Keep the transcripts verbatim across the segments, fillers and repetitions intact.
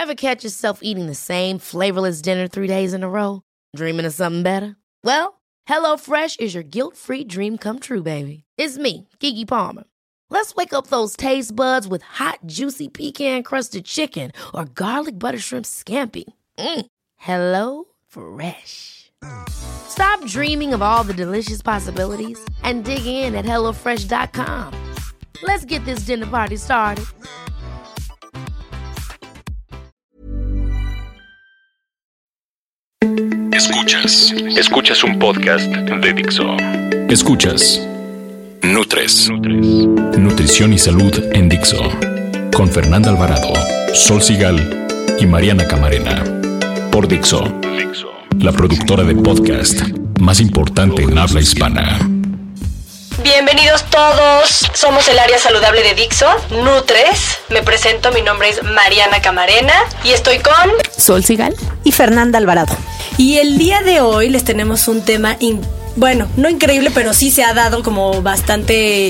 Ever catch yourself eating the same flavorless dinner three days in a row? Dreaming of something better? Well, HelloFresh is your guilt-free dream come true, baby. It's me, Keke Palmer. Let's wake up those taste buds with hot, juicy pecan-crusted chicken or garlic butter shrimp scampi. Mm. Hello Fresh. Stop dreaming of all the delicious possibilities and dig in at hello fresh dot com. Let's get this dinner party started. Escuchas, escuchas un podcast de Dixo. Escuchas Nutres, Nutrición y Salud en Dixo, con Fernanda Alvarado, Sol Sigal y Mariana Camarena. Por Dixo, la productora de podcast más importante en habla hispana. Bienvenidos todos, somos el área saludable de Dixo, Nutres. Me presento, mi nombre es Mariana Camarena y estoy con Sol Sigal y Fernanda Alvarado. Y el día de hoy les tenemos un tema, in, bueno, no increíble, pero sí se ha dado como bastante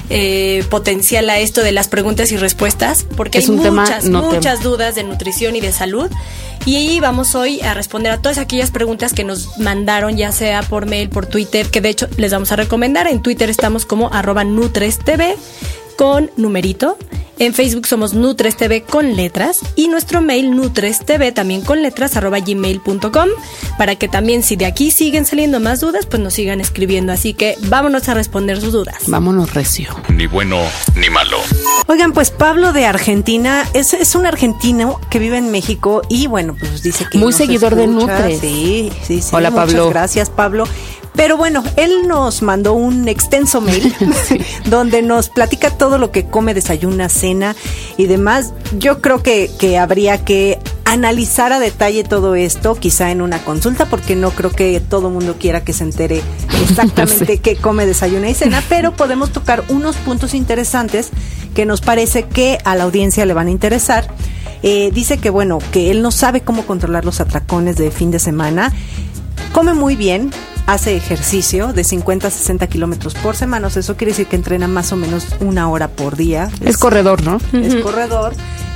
eh, potencial a esto de las preguntas y respuestas, porque es hay muchas, tema, no muchas tema. dudas de nutrición y de salud. Y ahí vamos hoy a responder a todas aquellas preguntas que nos mandaron, ya sea por mail, por Twitter, que de hecho les vamos a recomendar. En Twitter estamos como arroba NutresTV con numerito. En Facebook somos NutresTV con letras. Y nuestro mail NutresTV también con letras arroba gmail punto com, para que también, si de aquí siguen saliendo más dudas, pues nos sigan escribiendo. Así que vámonos a responder sus dudas. Vámonos recio. Ni bueno ni malo. Oigan, pues Pablo de Argentina es, es un argentino que vive en México y bueno, pues dice que muy seguidor de Nutres. Sí, sí, sí. Hola, muchas Pablo. Gracias, Pablo. Pero bueno, él nos mandó un extenso mail sí. donde nos platica todo lo que come, desayuna, cena y demás. Yo creo que, que habría que analizar a detalle todo esto, quizá en una consulta, porque no creo que todo mundo quiera que se entere exactamente sí. qué come, desayuna y cena, pero podemos tocar unos puntos interesantes que nos parece que a la audiencia le van a interesar. Eh, dice que bueno, que él no sabe cómo controlar los atracones de fin de semana, come muy bien, hace ejercicio de cincuenta a sesenta kilómetros por semana, o sea, eso quiere decir que entrena más o menos una hora por día. Es, es corredor, ¿no? Es uh-huh. corredor.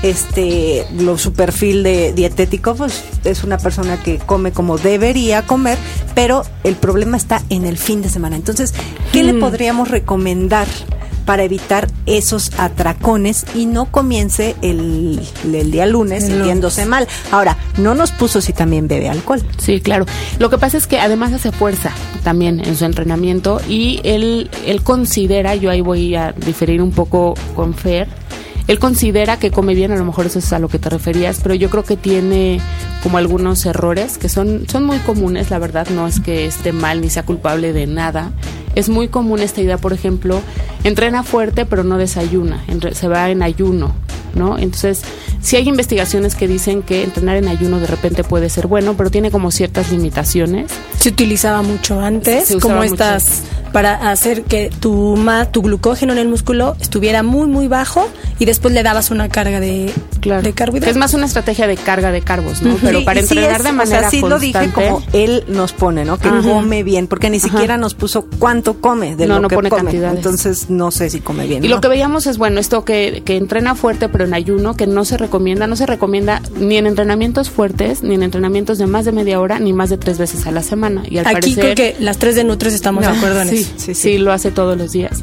Este, lo, su perfil de dietético, pues es una persona que come como debería comer, pero el problema está en el fin de semana. Entonces, ¿qué uh-huh. le podríamos recomendar para evitar esos atracones y no comience el, el día lunes el sintiéndose lunes. mal? Ahora, no nos puso si también bebe alcohol. Sí, claro. Lo que pasa es que además hace fuerza también en su entrenamiento y él, él considera, yo ahí voy a diferir un poco con Fer, él considera que come bien, a lo mejor eso es a lo que te referías, pero yo creo que tiene como algunos errores que son, son muy comunes, la verdad, no es que esté mal ni sea culpable de nada. Es muy común esta idea, por ejemplo, entrena fuerte pero no desayuna, se va en ayuno, ¿no? Entonces, sí hay investigaciones que dicen que entrenar en ayuno de repente puede ser bueno, pero tiene como ciertas limitaciones. Se utilizaba mucho antes, como estas, mucho. para hacer que tu, ma, tu glucógeno en el músculo estuviera muy, muy bajo y después le dabas una carga de, claro. de carbohidratos. Es más una estrategia de carga de carbos, ¿no? Uh-huh. Pero para sí, entrenar sí es, de manera o sea, sí constante. Lo dije como él nos pone, ¿no? Que uh-huh. come bien, porque ni siquiera uh-huh. nos puso cuánto come de no, lo no que pone come. Cantidades. Entonces, no sé si come bien. Y ¿no? lo que veíamos es, bueno, esto que, que entrena fuerte pero en ayuno, que no se recomienda, no se recomienda ni en entrenamientos fuertes, ni en entrenamientos de más de media hora, ni más de tres veces a la semana. Y al Aquí parecer, creo que las tres de Nutres estamos no, de acuerdo en sí, eso. Sí, sí, sí, lo hace todos los días.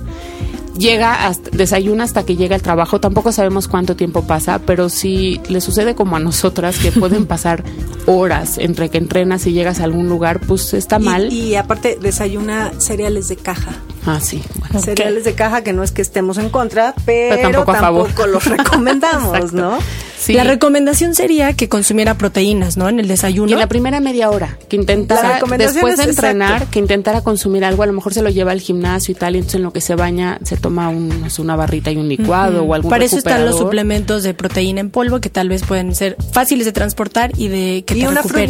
Llega, hasta, desayuna hasta que llega al trabajo, tampoco sabemos cuánto tiempo pasa, pero si le sucede como a nosotras, que pueden pasar horas entre que entrenas y llegas a algún lugar, pues está mal. Y, y aparte desayuna cereales de caja. Ah, sí. Bueno. Cereales okay. de caja, que no es que estemos en contra, pero, pero tampoco, tampoco los recomendamos, ¿no? Sí. La recomendación sería que consumiera proteínas, ¿no? En el desayuno. Y en la primera media hora, que intentara, después de entrenar, exacto. que intentara consumir algo, a lo mejor se lo lleva al gimnasio y tal, y entonces en lo que se baña se toma un, no sé, una barrita y un licuado uh-huh. o algún Para eso están los suplementos de proteína en polvo, que tal vez pueden ser fáciles de transportar y de que y te una recuperes. fruta.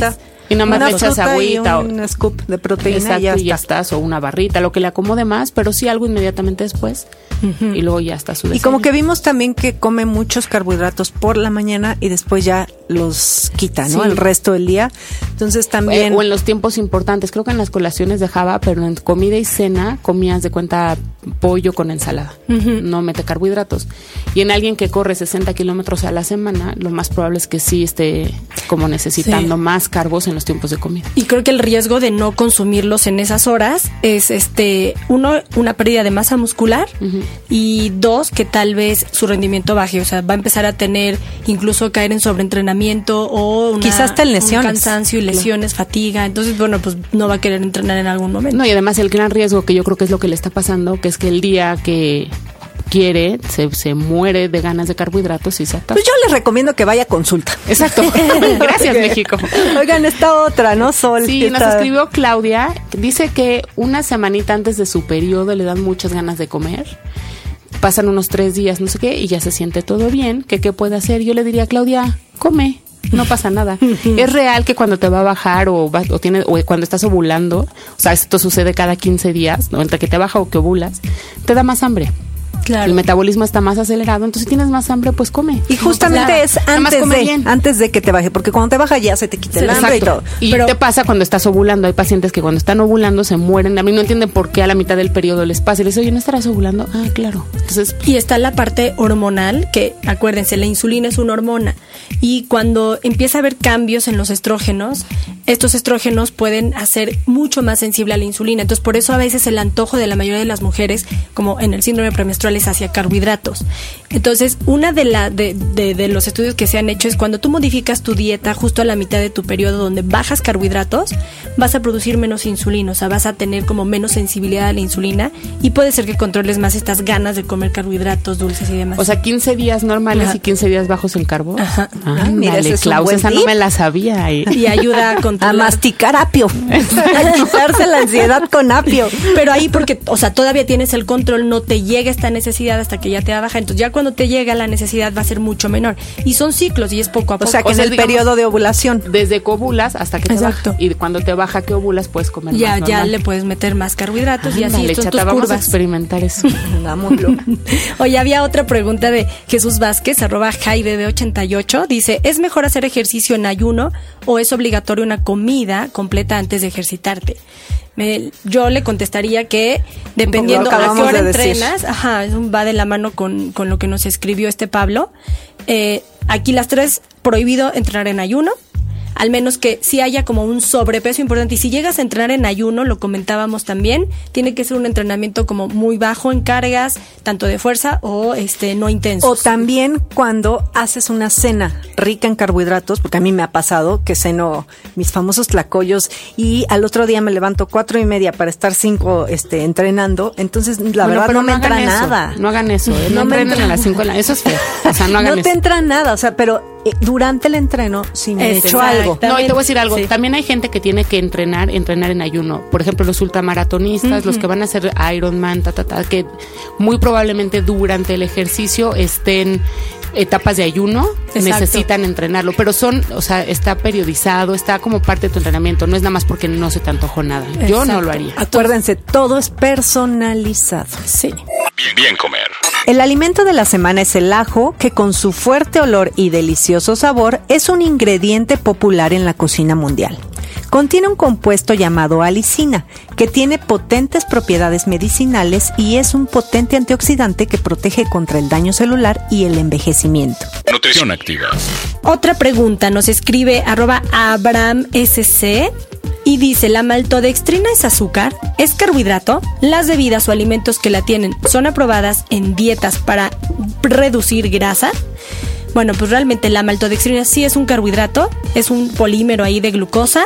Y nada más una le echas agüita. Y un scoop de proteína. Exacto, y ya, y ya está. estás, o una barrita, lo que le acomode más, pero sí algo inmediatamente después. Uh-huh. Y luego ya está su desayuno. Y como que vimos también que come muchos carbohidratos por la mañana y después ya los quita, ¿no? Sí. El resto del día. Entonces también... Eh, o en los tiempos importantes. Creo que en las colaciones dejaba, pero en comida y cena comías de cuenta pollo con ensalada. Uh-huh. No mete carbohidratos. Y en alguien que corre sesenta kilómetros a la semana, lo más probable es que sí esté como necesitando sí. más carbos en los tiempos de comida. Y creo que el riesgo de no consumirlos en esas horas es, este, uno, una pérdida de masa muscular, uh-huh. y dos, que tal vez su rendimiento baje. O sea, va a empezar a tener, incluso caer en sobreentrenamiento o una, quizás hasta lesiones. Un cansancio y lesiones, claro. fatiga. Entonces, bueno, pues no va a querer entrenar en algún momento. No, y además el gran riesgo que yo creo que es lo que le está pasando, que es que el día que quiere, se, se muere de ganas de carbohidratos y se atasca. Pues yo les recomiendo que vaya a consulta. Exacto. Gracias, México. Oigan, esta otra, ¿no? Sol. Sí, nos está... escribió Claudia. Dice que una semanita antes de su periodo le dan muchas ganas de comer. Pasan unos tres días, no sé qué, y ya se siente todo bien. ¿Qué, qué puede hacer? Yo le diría, Claudia, come. No pasa nada. Es real que cuando te va a bajar o, va, o, tiene, o cuando estás ovulando, o sea, esto sucede cada quince días, ¿no? Entre que te baja o que ovulas, te da más hambre. Claro. El metabolismo está más acelerado, entonces si tienes más hambre, pues come. Y justamente claro. es antes de, bien. antes de que te baje, porque cuando te baja ya se te quita el hambre y todo. Y Pero, te pasa cuando estás ovulando. Hay pacientes que cuando están ovulando se mueren. A mí no entienden por qué a la mitad del periodo les pasa. Y les digo, oye, ¿no estarás ovulando? Ah, claro. Entonces, y está la parte hormonal, que acuérdense, la insulina es una hormona. Y cuando empieza a haber cambios en los estrógenos, estos estrógenos pueden hacer mucho más sensible a la insulina. Entonces, por eso a veces el antojo de la mayoría de las mujeres, como en el síndrome premenstrual, es hacia carbohidratos. Entonces, una de, la, de, de, de los estudios que se han hecho es cuando tú modificas tu dieta justo a la mitad de tu periodo, donde bajas carbohidratos, vas a producir menos insulina, o sea, vas a tener como menos sensibilidad a la insulina y puede ser que controles más estas ganas de comer carbohidratos, dulces y demás. O sea, quince días normales Ajá. y quince días bajos en carbo. Ajá. Ah, mira, ese Klaus, esa tip. No me la sabía. Y, y ayuda a controlar. A masticar apio. A quitarse la ansiedad con apio. Pero ahí porque, o sea, todavía tienes el control, no te llega esta necesidad hasta que ya te va a bajar. Entonces ya cuando te llega la necesidad va a ser mucho menor. Y son ciclos y es poco a poco. O sea, que o sea, en el digamos, periodo de ovulación. Desde que ovulas hasta que Exacto. te baja. Y cuando te baja que ovulas puedes comer ya, más normal. Ya le puedes meter más carbohidratos ah, y así vale, son chata, tus vamos curvas. a experimentar eso. Hagámoslo. Oye, había otra pregunta de Jesús Vázquez, arroba Jaide de ochenta y ocho. Dice, ¿es mejor hacer ejercicio en ayuno o es obligatorio una comida completa antes de ejercitarte? Me, yo le contestaría que dependiendo a qué hora entrenas, ajá, va de la mano con, con lo que nos escribió este Pablo. Eh, aquí las tres, prohibido entrenar en ayuno, al menos que sí haya como un sobrepeso importante. Y si llegas a entrenar en ayuno, lo comentábamos también, tiene que ser un entrenamiento como muy bajo en cargas, tanto de fuerza o este no intenso. O también cuando haces una cena rica en carbohidratos, porque a mí me ha pasado que ceno mis famosos tlacoyos y al otro día me levanto cuatro y media para estar cinco este, entrenando, entonces la bueno, verdad no me no entra nada. No hagan eso, ¿eh? no, no me entrenen a las cinco, eso es feo. O sea, no hagan no eso. te entra nada, o sea, pero eh, durante el entreno sí me he hecho algo. No, y te voy a decir algo, sí. También hay gente que tiene que entrenar, entrenar en ayuno. Por ejemplo, los ultramaratonistas, uh-huh. los que van a hacer Ironman, ta, ta, ta, que muy probablemente durante el ejercicio estén etapas de ayuno, Exacto. necesitan entrenarlo, pero son, o sea, está periodizado, está como parte de tu entrenamiento, no es nada más porque no se te antojó nada. Exacto. Yo no lo haría. Acuérdense, todo es personalizado. Sí. Bien, bien comer. El alimento de la semana es el ajo, que con su fuerte olor y delicioso sabor es un ingrediente popular en la cocina mundial. Contiene un compuesto llamado alicina, que tiene potentes propiedades medicinales y es un potente antioxidante que protege contra el daño celular y el envejecimiento. Nutrición activa. Otra pregunta nos escribe arroba Abraham S C y dice, ¿la maltodextrina es azúcar? ¿Es carbohidrato? ¿Las bebidas o alimentos que la tienen son aprobadas en dietas para reducir grasa? Bueno, pues realmente la maltodextrina sí es un carbohidrato, es un polímero ahí de glucosa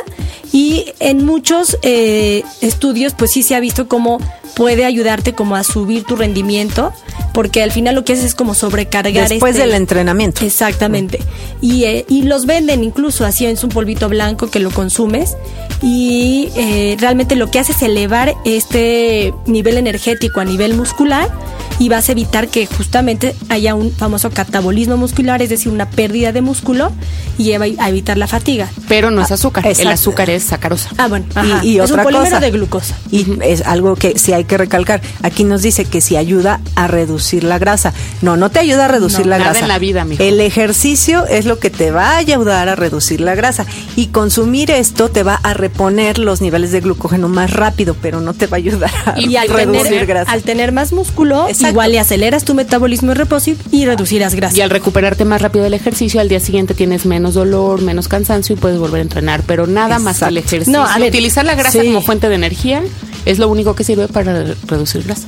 y en muchos eh, estudios pues sí se ha visto cómo puede ayudarte como a subir tu rendimiento, porque al final lo que haces es como sobrecargar después este, del entrenamiento. Exactamente. Y, eh, y los venden incluso así, es un polvito blanco que lo consumes y eh, realmente lo que hace es elevar este nivel energético a nivel muscular y vas a evitar que justamente haya un famoso catabolismo muscular, es decir, una pérdida de músculo y lleva a evitar la fatiga. Pero no es azúcar, ah, el azúcar es sacarosa. Ah, bueno, ajá. Y, y es otra un polímero cosa, de glucosa. Y uh-huh. es algo que sí hay que recalcar. Aquí nos dice que sí ayuda a reducir la grasa. No, no te ayuda a reducir no, la nada grasa. En la vida, mijo. El ejercicio es lo que te va a ayudar a reducir la grasa. Y consumir esto te va a reponer los niveles de glucógeno más rápido, pero no te va a ayudar a y al reducir tener, grasa. Al tener más músculo, exacto, igual le aceleras tu metabolismo de reposo y reducirás grasa. Y al recuperarte más rápido del ejercicio, al día siguiente tienes menos dolor, menos cansancio y puedes volver a entrenar, pero nada exacto. más que el ejercicio. No, a ver, utilizar la grasa sí. como fuente de energía es lo único que sirve para reducir grasa.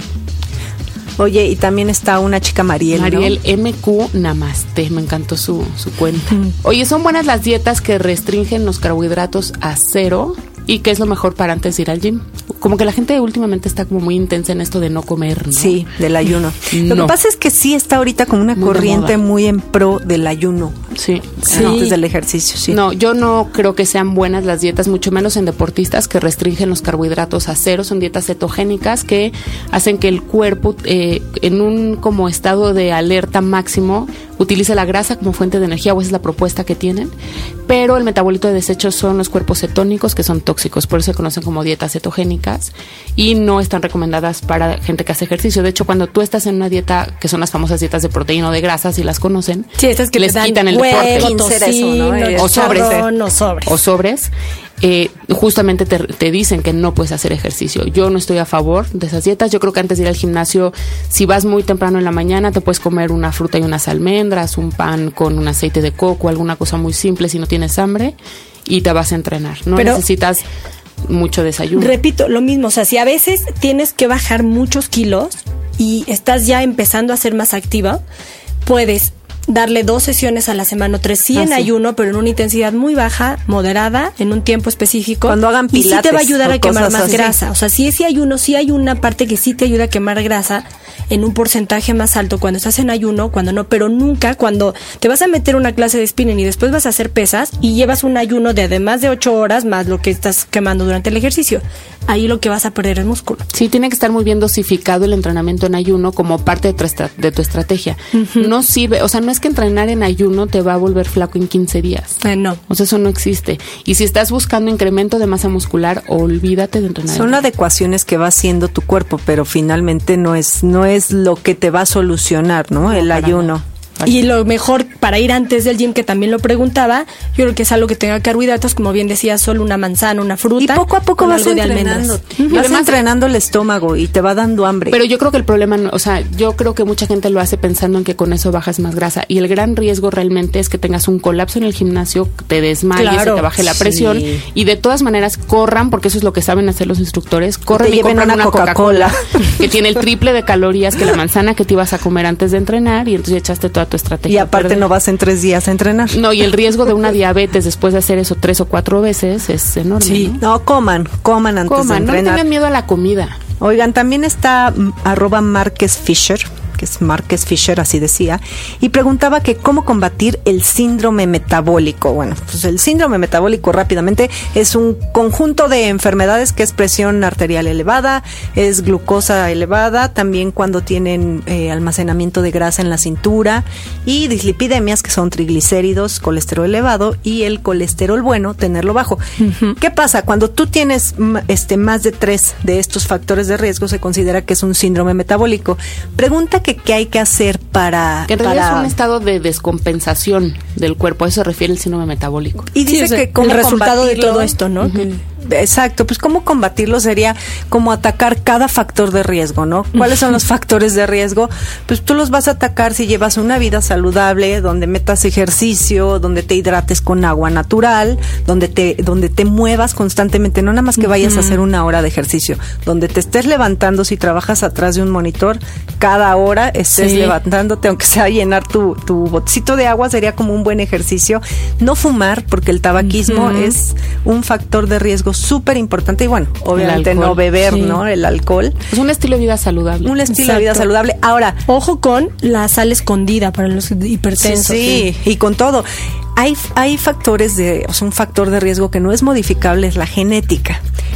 Oye, y también está una chica Mariel, Mariel, ¿no? M Q Namaste, me encantó su, su cuenta. Mm. Oye, ¿son buenas las dietas que restringen los carbohidratos a cero? ¿Y qué es lo mejor para antes de ir al gym? Como que la gente últimamente está como muy intensa en esto de no comer, ¿no? Sí, del ayuno. No. Lo que pasa es que sí está ahorita como una muy corriente muy en pro del ayuno. Sí. sí. Antes del ejercicio, sí. No, yo no creo que sean buenas las dietas, mucho menos en deportistas que restringen los carbohidratos a cero. Son dietas cetogénicas que hacen que el cuerpo, eh, en un como estado de alerta máximo, utilice la grasa como fuente de energía, o esa es la propuesta que tienen. Pero el metabolito de desechos son los cuerpos cetónicos, que son tóxicos, por eso se conocen como dietas cetogénicas y no están recomendadas para gente que hace ejercicio. De hecho, cuando tú estás en una dieta, que son las famosas dietas de proteína o de grasa, si las conocen, sí, estas que les te dan quitan el huevo, deporte. Tocino, o, sobres, charrón, o sobres. O sobres. Eh, justamente te, te dicen que no puedes hacer ejercicio. Yo no estoy a favor de esas dietas. Yo creo que antes de ir al gimnasio, si vas muy temprano en la mañana, te puedes comer una fruta y unas almendras, un pan con un aceite de coco, alguna cosa muy simple si no tienes hambre, y te vas a entrenar. No Pero, necesitas mucho desayuno. Repito, lo mismo, o sea, si a veces tienes que bajar muchos kilos y estás ya empezando a ser más activa, puedes darle dos sesiones a la semana o tres, sí ah, en sí. ayuno, pero en una intensidad muy baja, moderada, en un tiempo específico. Cuando hagan pilates. Y sí te va a ayudar a quemar más así. grasa. O sea, si ese ayuno, sí hay una parte que sí te ayuda a quemar grasa en un porcentaje más alto cuando estás en ayuno, cuando no, pero nunca cuando te vas a meter una clase de spinning y después vas a hacer pesas y llevas un ayuno de además de ocho horas más lo que estás quemando durante el ejercicio. Ahí lo que vas a perder es músculo. Sí, tiene que estar muy bien dosificado el entrenamiento en ayuno como parte de tu, estra- de tu estrategia. Uh-huh. No sirve, o sea, no es que entrenar en ayuno te va a volver flaco en quince días. Eh, no. O sea, eso no existe. Y si estás buscando incremento de masa muscular, olvídate de entrenar. Son adecuaciones que va haciendo tu cuerpo, pero finalmente no es no es lo que te va a solucionar, ¿no? no el ayuno. Nada. Y lo mejor para ir antes del gym, que también lo preguntaba, yo creo que es algo que tenga carbohidratos, como bien decía, solo una manzana, una fruta. Y poco a poco vas entrenando. Uh-huh. Vas además, entrenando el estómago y te va dando hambre. Pero yo creo que el problema, o sea, yo creo que mucha gente lo hace pensando en que con eso bajas más grasa. Y el gran riesgo realmente es que tengas un colapso en el gimnasio, te desmayes, claro, se te baje la presión. Sí. Y de todas maneras corran, porque eso es lo que saben hacer los instructores, corren y compran una, una Coca-Cola, Coca-Cola que tiene el triple de calorías que la manzana que te ibas a comer antes de entrenar, y entonces echaste toda tu estrategia. Y aparte perder. No vas en tres días a entrenar. No, y el riesgo de una diabetes después de hacer eso tres o cuatro veces es enorme. Sí, no, no coman, coman antes coman, de entrenar. No tengan miedo a la comida. Oigan, también está m, arroba Márquez Fisher, que es Márquez Fisher, así decía, y preguntaba que cómo combatir el síndrome metabólico. Bueno, pues el síndrome metabólico rápidamente es un conjunto de enfermedades que es presión arterial elevada, es glucosa elevada, también cuando tienen eh, almacenamiento de grasa en la cintura, y dislipidemias, que son triglicéridos, colesterol elevado, y el colesterol bueno, tenerlo bajo. Uh-huh. ¿Qué pasa? Cuando tú tienes este más de tres de estos factores de riesgo, se considera que es un síndrome metabólico. Pregunta que qué hay que hacer para... Que en realidad para... es un estado de descompensación del cuerpo, a eso se refiere el síndrome metabólico. Y dice sí, o sea, que como el resultado de todo esto, ¿no? Uh-huh. Exacto, pues cómo combatirlo sería como atacar cada factor de riesgo, ¿no? ¿Cuáles son los factores de riesgo? Pues tú los vas a atacar si llevas una vida saludable, donde metas ejercicio, donde te hidrates con agua natural, donde te donde te muevas constantemente, no nada más que vayas uh-huh. a hacer una hora de ejercicio, donde te estés levantando, si trabajas atrás de un monitor, cada hora estés sí. levantándote, aunque sea llenar tu, tu botecito de agua, sería como un buen ejercicio. No fumar, porque el tabaquismo uh-huh. es un factor de riesgo súper importante, y bueno, obviamente no beber, sí. ¿no? El alcohol. Es un estilo de vida saludable. Un estilo Exacto. de vida saludable. Ahora, ojo con la sal escondida para los hipertensos. Sí, sí. y con todo. Hay, hay factores de, o sea, un factor de riesgo que no es modificable, es la genética.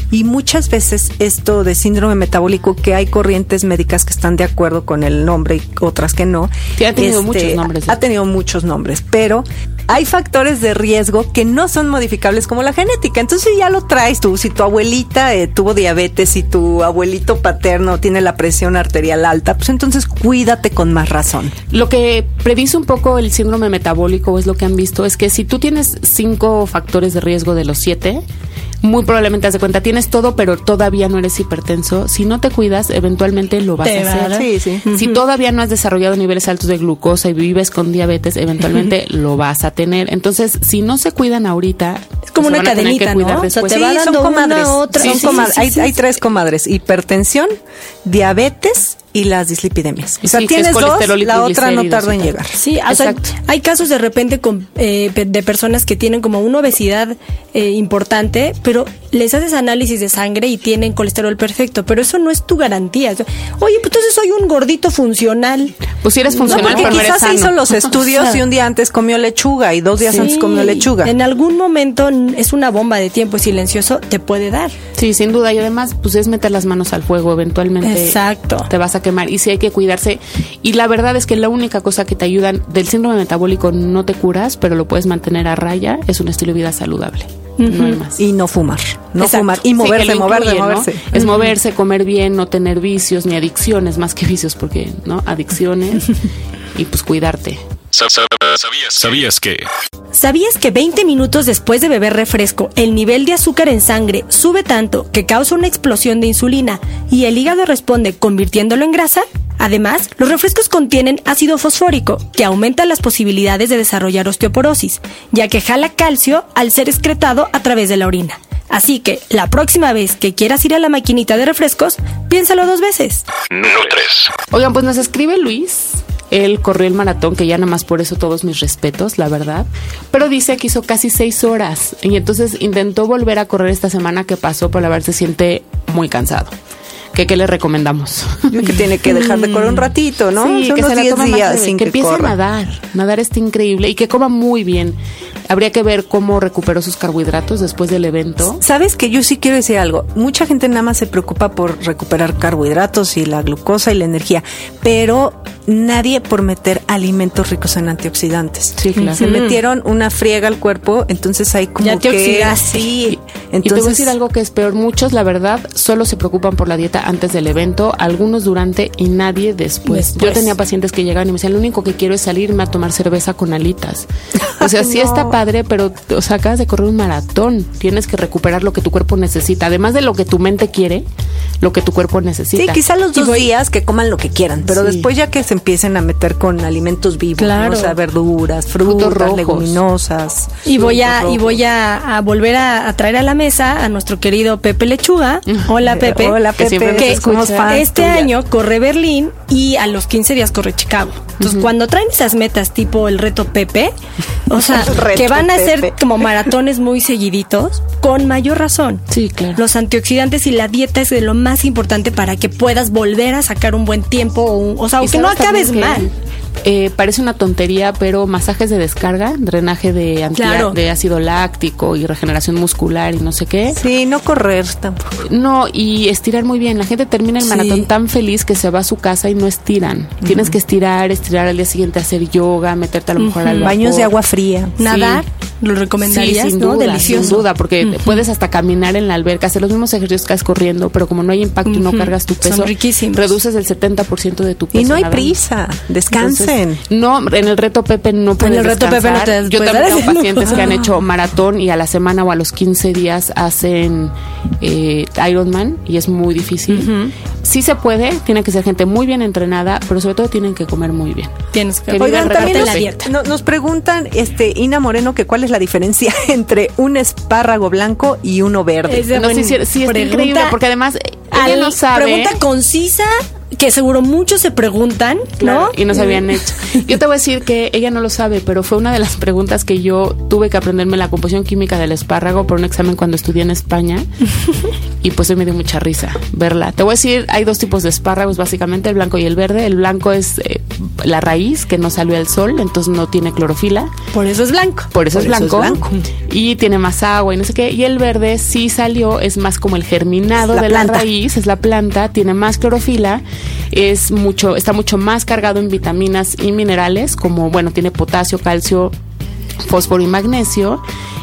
Y muchas veces esto de síndrome metabólico, que hay corrientes médicas que están de acuerdo con el nombre y otras que no. Sí, ha tenido este, muchos nombres. Ha tenido muchos nombres, pero hay factores de riesgo que no son modificables como la genética. Entonces ya lo traes tú. Si tu abuelita eh, tuvo diabetes, si tu abuelito paterno tiene la presión arterial alta, pues entonces cuídate con más razón. Lo que predice un poco el síndrome metabólico, o es lo que han visto, es que si tú tienes cinco factores de riesgo de los siete, muy probablemente, haz de cuenta, tienes todo, pero todavía no eres hipertenso. Si no te cuidas, eventualmente lo vas te a hacer. Sí, sí. Si uh-huh. todavía no has desarrollado niveles altos de glucosa y vives con diabetes, eventualmente uh-huh. lo vas a tener. Entonces, si no se cuidan ahorita, es como una cadenita, ¿no? O sea, te sí, va dando son comadres. Una, otra. Sí, son sí, comad- sí, sí, hay, sí, hay sí. tres comadres: hipertensión, diabetes y las dislipidemias. O sea, sí, tienes dos, la otra no tarda en llegar. Sí, o sea, hay casos de repente con, eh, de personas que tienen como una obesidad eh, importante, pero les haces análisis de sangre y tienen colesterol perfecto, pero eso no es tu garantía. Oye, pues entonces soy un gordito funcional. Pues si eres funcional, no, porque pero quizás no eres hizo los estudios y un día antes comió lechuga y dos días sí, antes comió lechuga. En algún momento es una bomba de tiempo silencioso, te puede dar. Sí, sin duda. Y además, pues es meter las manos al fuego, eventualmente. Exacto. Te vas a quemar. Y sí hay que cuidarse. Y la verdad es que la única cosa que te ayudan del síndrome metabólico, no te curas, pero lo puedes mantener a raya, es un estilo de vida saludable. Uh-huh. No hay más. Y no fumar. No Exacto. fumar. Y moverse, sí, moverse, incluye, moverse. ¿no? Es uh-huh. moverse, comer bien, no tener vicios ni adicciones, más que vicios, porque, ¿no? Adicciones. Y pues cuidarte. ¿Sabías, ¿Sabías que? ¿Sabías que veinte minutos después de beber refresco, el nivel de azúcar en sangre sube tanto que causa una explosión de insulina y el hígado responde convirtiéndolo en grasa? Además, los refrescos contienen ácido fosfórico, que aumenta las posibilidades de desarrollar osteoporosis, ya que jala calcio al ser excretado a través de la orina. Así que, la próxima vez que quieras ir a la maquinita de refrescos, piénsalo dos veces. Nutres. Oigan, pues nos escribe Luis. Él corrió el maratón, que ya nada más por eso todos mis respetos, la verdad. Pero dice que hizo casi seis horas. Y entonces intentó volver a correr esta semana que pasó, pero la verdad se siente muy cansado. ¿Qué, qué le recomendamos? Que tiene que dejar de correr un ratito, ¿no? Sí, que se la toma días sin que, que empiece corra. a nadar. Nadar está increíble y que coma muy bien. Habría que ver cómo recuperó sus carbohidratos después del evento. ¿Sabes que yo sí quiero decir algo? Mucha gente nada más se preocupa por recuperar carbohidratos y la glucosa y la energía, pero nadie por meter alimentos ricos en antioxidantes. Sí, claro. Se metieron una friega al cuerpo, entonces hay como ya te que... oxidas. Sí. Entonces, y te voy a decir algo que es peor. Muchos, la verdad, solo se preocupan por la dieta antes del evento, algunos durante y nadie después. después. Yo tenía pacientes que llegaban y me decían, lo único que quiero es salirme a tomar cerveza con alitas. O sea, no. sí está padre, pero o sea, acabas de correr un maratón. Tienes que recuperar lo que tu cuerpo necesita. Además de lo que tu mente quiere, lo que tu cuerpo necesita. Sí, quizá los dos voy... días que coman lo que quieran, pero sí. después ya que se empiecen a meter con alimentos vivos, claro. ¿no? O sea, verduras, frutas, frutos leguminosas. Y voy a rojos. y voy a, a volver a, a traer a la mesa a nuestro querido Pepe Lechuga. Hola, Pepe. Hola, Pepe. Que, que este tuya. año corre Berlín y a los quince días corre Chicago. Entonces, uh-huh. cuando traen esas metas tipo el reto Pepe, o sea, que van a ser como maratones muy seguiditos, con mayor razón. Sí, claro. Los antioxidantes y la dieta es de lo más importante para que puedas volver a sacar un buen tiempo, o, un, o sea, que no acabes mal. Eh, parece una tontería, pero masajes de descarga, drenaje de, anti- claro. de ácido láctico y regeneración muscular y no sé qué. Sí, no correr tampoco. No, y estirar muy bien. La gente termina el sí. maratón tan feliz que se va a su casa y no estiran. Uh-huh. Tienes que estirar, estirar al día siguiente, hacer yoga, meterte a lo mejor uh-huh. al vapor. Baños de agua fría. Nadar, sí. ¿lo recomendarías? Sí, sin ¿no? duda, Delicioso. sin duda, porque uh-huh. puedes hasta caminar en la alberca, hacer los mismos ejercicios que haces corriendo, pero como no hay impacto y uh-huh. no cargas tu peso, reduces el setenta por ciento de tu peso. Y no hay nadando. prisa, descansen. Entonces, no, en el reto Pepe no puedes En el reto descansar. Pepe no te Yo también tengo haciendo. pacientes que han hecho maratón y a la semana o a los quince días hacen eh, Ironman y es muy difícil. Uh-huh. Sí se puede, tiene que ser gente muy bien entrenada, pero sobre todo tienen que comer muy bien. Tienes que, que Oigan, también nos, la dieta. No, nos preguntan, este, Ina Moreno, que cuál es la diferencia entre un espárrago blanco y uno verde. Es de no, sí, sí, sí, es increíble, porque además ella no sabe. Pregunta concisa, que seguro muchos se preguntan, ¿no? Claro, y no se habían hecho. Yo te voy a decir que ella no lo sabe, pero fue una de las preguntas que yo tuve que aprenderme la composición química del espárrago por un examen cuando estudié en España. Y pues hoy me dio mucha risa verla. Te voy a decir, hay dos tipos de espárragos, básicamente, el blanco y el verde. El blanco es eh, la raíz que no salió al sol, entonces no tiene clorofila. Por eso es blanco. Por eso, Por es, eso blanco, es blanco. Y tiene más agua y no sé qué. Y el verde sí salió, es más como el germinado la de planta. la raíz, es la planta, tiene más clorofila, es mucho, está mucho más cargado en vitaminas y minerales, como bueno, tiene potasio, calcio, fósforo y magnesio.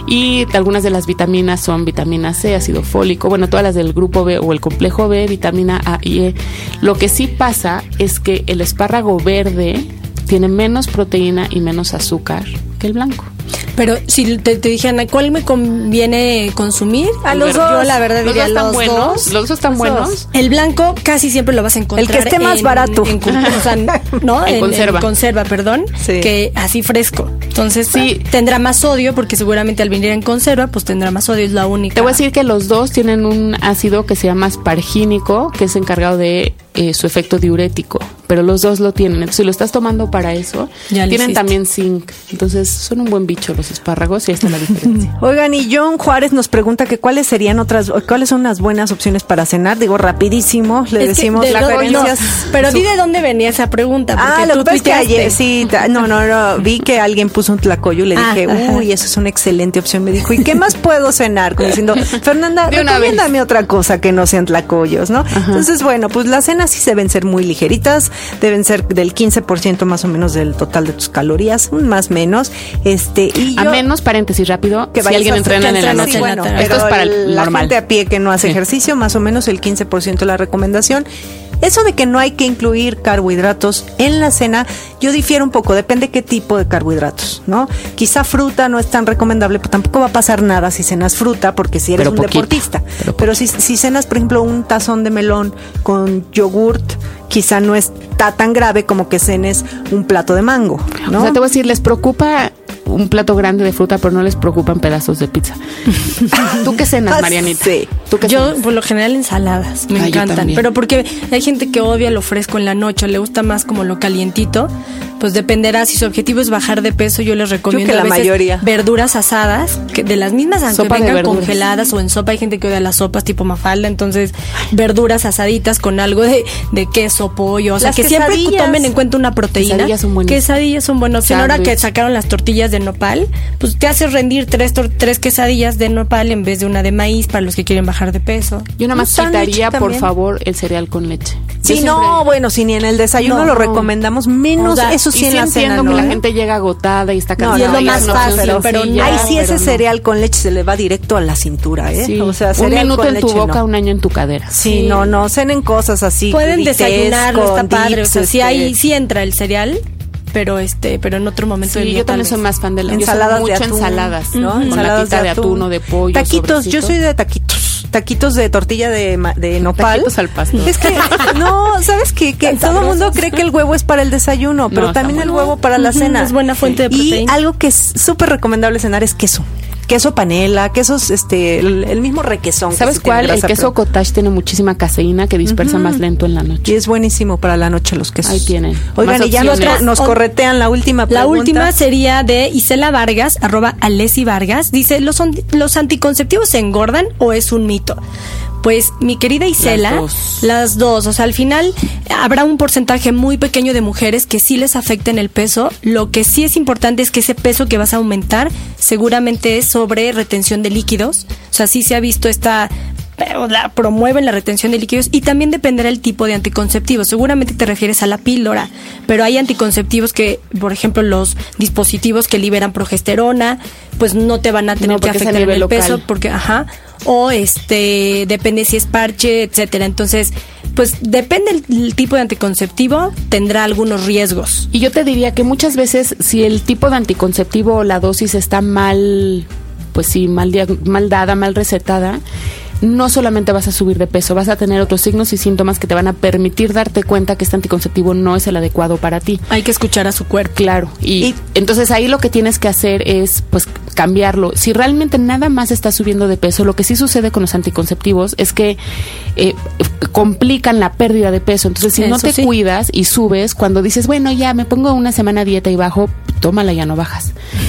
Y algunas de las vitaminas son vitamina C, ácido fólico, bueno, todas las del grupo B o el complejo B, vitamina A y E. Lo que sí pasa es que el espárrago verde tiene menos proteína y menos azúcar que el blanco. Pero si te, te dijeran, ¿cuál me conviene consumir? A los Yo dos. la verdad Los diría dos están los buenos. dos. Los dos están Los buenos. dos. El blanco casi siempre lo vas a encontrar. El que esté más en- barato. En, o sea, ¿no? En En, conserva. en conserva, perdón. Sí. Que así fresco. Entonces, Sí. sí, tendrá más sodio porque seguramente al venir en conserva, pues tendrá más sodio, es la única. Te voy a decir que los dos tienen un ácido que se llama aspargínico, que es encargado de eh, su efecto diurético, pero los dos lo tienen. Entonces, si lo estás tomando para eso, Ya lo tienen hiciste. también zinc. Entonces, son un buen bicho los espárragos y ahí está la diferencia. Oigan, y John Juárez nos pregunta que cuáles serían otras, cuáles son unas buenas opciones para cenar. Digo, rapidísimo, le Es que decimos de las dónde- no, sugerencias. pero di de dónde venía esa pregunta. Ah, porque lo tú que pasa es que tuiteaste. ayer, sí, ta- no, no, no, vi que alguien puso un tlacoyo y le Ah, dije, ajá. uy, eso es una excelente opción. Me dijo, ¿y qué más puedo cenar? Como diciendo, Fernanda, De una recomiéndame otra cosa que no sean tlacoyos, ¿no? Entonces, bueno, pues las cenas sí deben ser muy ligeritas, deben ser del quince por ciento más o menos del total de tus calorías, más menos, este, y A yo- menos, paréntesis rápido, que si vayas alguien a entrena en la entrenar, noche. sí, bueno, Esto pero Esto es para el la normal. gente a pie que no hace Sí. ejercicio, más o menos el quince por ciento de la recomendación. Eso de que no hay que incluir carbohidratos en la cena, yo difiero un poco, depende qué tipo de carbohidratos, ¿no? Quizá fruta no es tan recomendable, pero tampoco va a pasar nada si cenas fruta, porque si eres Pero un poquito, deportista. pero Pero, si, si cenas, por ejemplo, un tazón de melón con yogurt, quizá no está tan grave como que cenes un plato de mango, ¿no? O sea, te voy a decir, les preocupa un plato grande de fruta, pero no les preocupan pedazos de pizza. ¿Tú qué cenas, Ah, Marianita? sí. ¿Tú qué Yo, cenas? por lo general, ensaladas. Me Ah, yo encantan. también. Pero porque hay gente que odia lo fresco en la noche, le gusta más como lo calientito. Pues dependerá. Si su objetivo es bajar de peso, yo les recomiendo que a la veces mayoría. verduras asadas, que de las mismas, aunque Sopa de vengan verduras. congeladas o en sopa. Hay gente que odia las sopas tipo Mafalda. Entonces, verduras asaditas con algo de, de queso, pollo. O sea, Las que siempre quesadillas. tomen en cuenta una proteína. Quesadillas son buenas. Quesadillas son buenas. opción. Ahora que Sándwich. sacaron las tortillas de nopal, pues te haces rendir tres, tor- tres quesadillas de nopal en vez de una de maíz para los que quieren bajar de peso. Yo nada más Un sándwich quitaría, por también. favor, el cereal con leche. Sí, Yo no, siempre- bueno, si ni en el desayuno No, lo no. recomendamos, menos O sea, eso Y sí sí en la entiendo cena, que ¿no? la ¿Eh? gente llega agotada y está No, cansada. y es lo y más una opción fácil, pero sencilla, Ahí sí ese pero no. cereal con leche se le va directo a la cintura, ¿eh? Sí. O sea, un cereal minuto con en tu leche, boca, no. un año en tu cadera. Sí, no, no, cenen cosas así. Pueden crudités, desayunarlo, está con padre. dips, O sea, sí, este, ahí sí entra el cereal, pero este, pero en otro momento del Sí, día. yo también tal soy vez. más fan de la ensaladas yo soy de mucho atún, ensaladas, ¿no? Con Ensaladas latita de, atún o de pollo. Taquitos, yo sobrecito. soy de taquitos. Taquitos de tortilla de, ma- de nopal. Taquitos al pastor. Es que, no, ¿sabes qué? Que Tan todo el mundo sabrosos. cree que el huevo es para el desayuno, pero No, está también el bueno. huevo para la Ujú, cena. es buena fuente de Y proteína. algo que es súper recomendable cenar es queso. Queso panela, quesos, este, el, el mismo requesón. que ¿Sabes sí tiene cuál? El grasa, queso pero- cottage tiene muchísima caseína que dispersa más lento en la Y noche. es buenísimo para la noche los quesos. Ahí tienen. Oigan, Más y ya nos, opciones. nos corretean la última La pregunta. última sería de Isela Vargas, arroba Alessi Vargas. Dice, ¿los, on- ¿los anticonceptivos se engordan o es un mito? Pues mi querida Isela, Las dos. las dos, o sea, al final habrá un porcentaje muy pequeño de mujeres que sí les afecten el peso. Lo que sí es importante es que ese peso que vas a aumentar seguramente es sobre retención de líquidos. O sea, sí se ha visto esta, pero la promueven la retención de líquidos y también dependerá el tipo de anticonceptivo. Seguramente te refieres a la píldora, pero hay anticonceptivos que, por ejemplo, los dispositivos que liberan progesterona, pues no te van a tener No, que porque es a afectar en nivel el peso, local. porque, ajá, o este, depende si es parche, etcétera. Entonces, pues depende el, el tipo de anticonceptivo, tendrá algunos riesgos. Y yo te diría que muchas veces si el tipo de anticonceptivo o la dosis está mal, pues sí, mal, dia- mal dada, mal recetada, no solamente vas a subir de peso, vas a tener otros signos y síntomas que te van a permitir darte cuenta que este anticonceptivo no es el adecuado para ti. Hay que escuchar a su cuerpo. Claro, y, Y- entonces ahí lo que tienes que hacer es pues cambiarlo. Si realmente nada más estás subiendo de peso, lo que sí sucede con los anticonceptivos es que eh, complican la pérdida de peso. Entonces, si no Eso te sí. cuidas y subes, cuando dices, bueno, ya me pongo una semana a dieta y bajo, tómala, ya no bajas.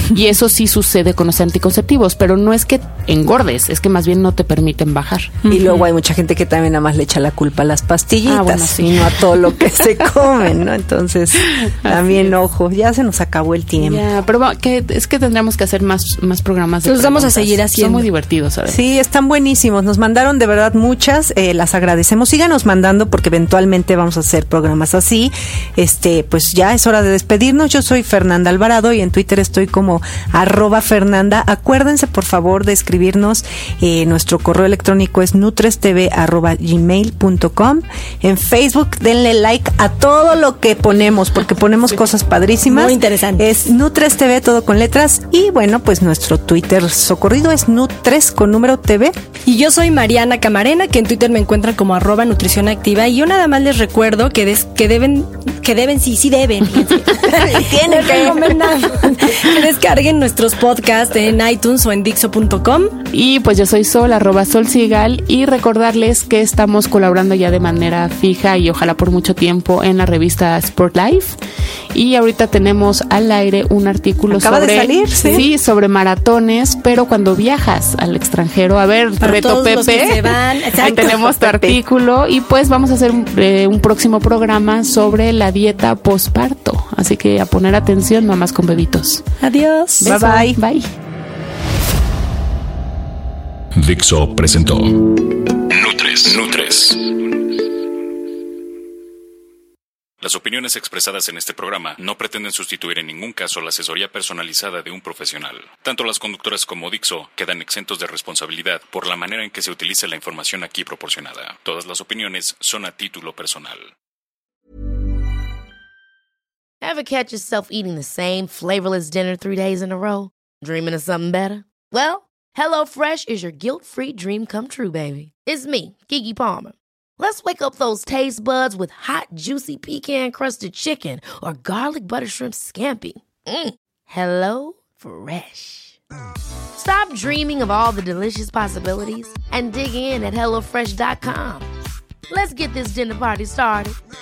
Y eso sí sucede con los anticonceptivos, pero no es que engordes, es que más bien no te permiten bajar. Y luego hay mucha gente que también nada más le echa la culpa a las pastillitas, ah, bueno, sí. y no a todo lo que se comen, ¿no? Entonces, también, ojo, ya se nos acabó el tiempo. Ya, pero que, es que tendríamos que hacer más, más programas de Los vamos a seguir haciendo. Son muy divertidos, ¿sabes? Sí, están buenísimos. Nos mandaron de verdad muchas, eh, las agradecemos. Síganos mandando porque eventualmente vamos a hacer programas así. Este, pues ya es hora de despedirnos. Yo soy Fernanda Alvarado y en Twitter estoy como arroba Fernanda. Acuérdense, por favor, de escribirnos. Eh, nuestro correo electrónico es nutrestv arroba gmail punto com. En Facebook, denle like a todo lo que ponemos, porque ponemos sí. cosas padrísimas. Muy interesante. Es nutrestv, todo con letras. Y bueno, pues nuestro Twitter socorrido es nutres con número T V. Y yo soy Mariana Camarena, que en Twitter me encuentran como arroba nutrición activa. Y yo nada más les recuerdo que, des, que deben, que deben, sí, sí deben. Tienen que recomendar que descarguen nuestros podcasts en iTunes o en Dixo punto com. Y pues yo soy Sol, arroba Sol Sigal, y recordarles que estamos colaborando ya de manera fija y ojalá por mucho tiempo en la revista Sport Life. Y ahorita tenemos al aire un artículo Acaba sobre de salir, ¿sí? sí, sobre maratones, pero cuando viajas al extranjero, a ver, para Reto Pepe, se van. ahí tenemos tu artículo y pues vamos a hacer eh, un próximo programa sobre la dieta posparto, así que a poner atención, mamás con bebitos. Adiós. Bye Beso. bye. Bye. Dixo presentó Nutres. Nutres. Las opiniones expresadas en este programa no pretenden sustituir en ningún caso la asesoría personalizada de un profesional. Tanto las conductoras como Dixo quedan exentos de responsabilidad por la manera en que se utilice la información aquí proporcionada. Todas las opiniones son a título personal. Ever catch yourself eating the same flavorless dinner three days in a row? Dreaming of something better? Well, HelloFresh is your guilt-free dream come true, baby. It's me, Keke Palmer. Let's wake up those taste buds with hot, juicy pecan-crusted chicken or garlic butter shrimp scampi. Mm. Hello Fresh. Stop dreaming of all the delicious possibilities and dig in at hello fresh dot com. Let's get this dinner party started.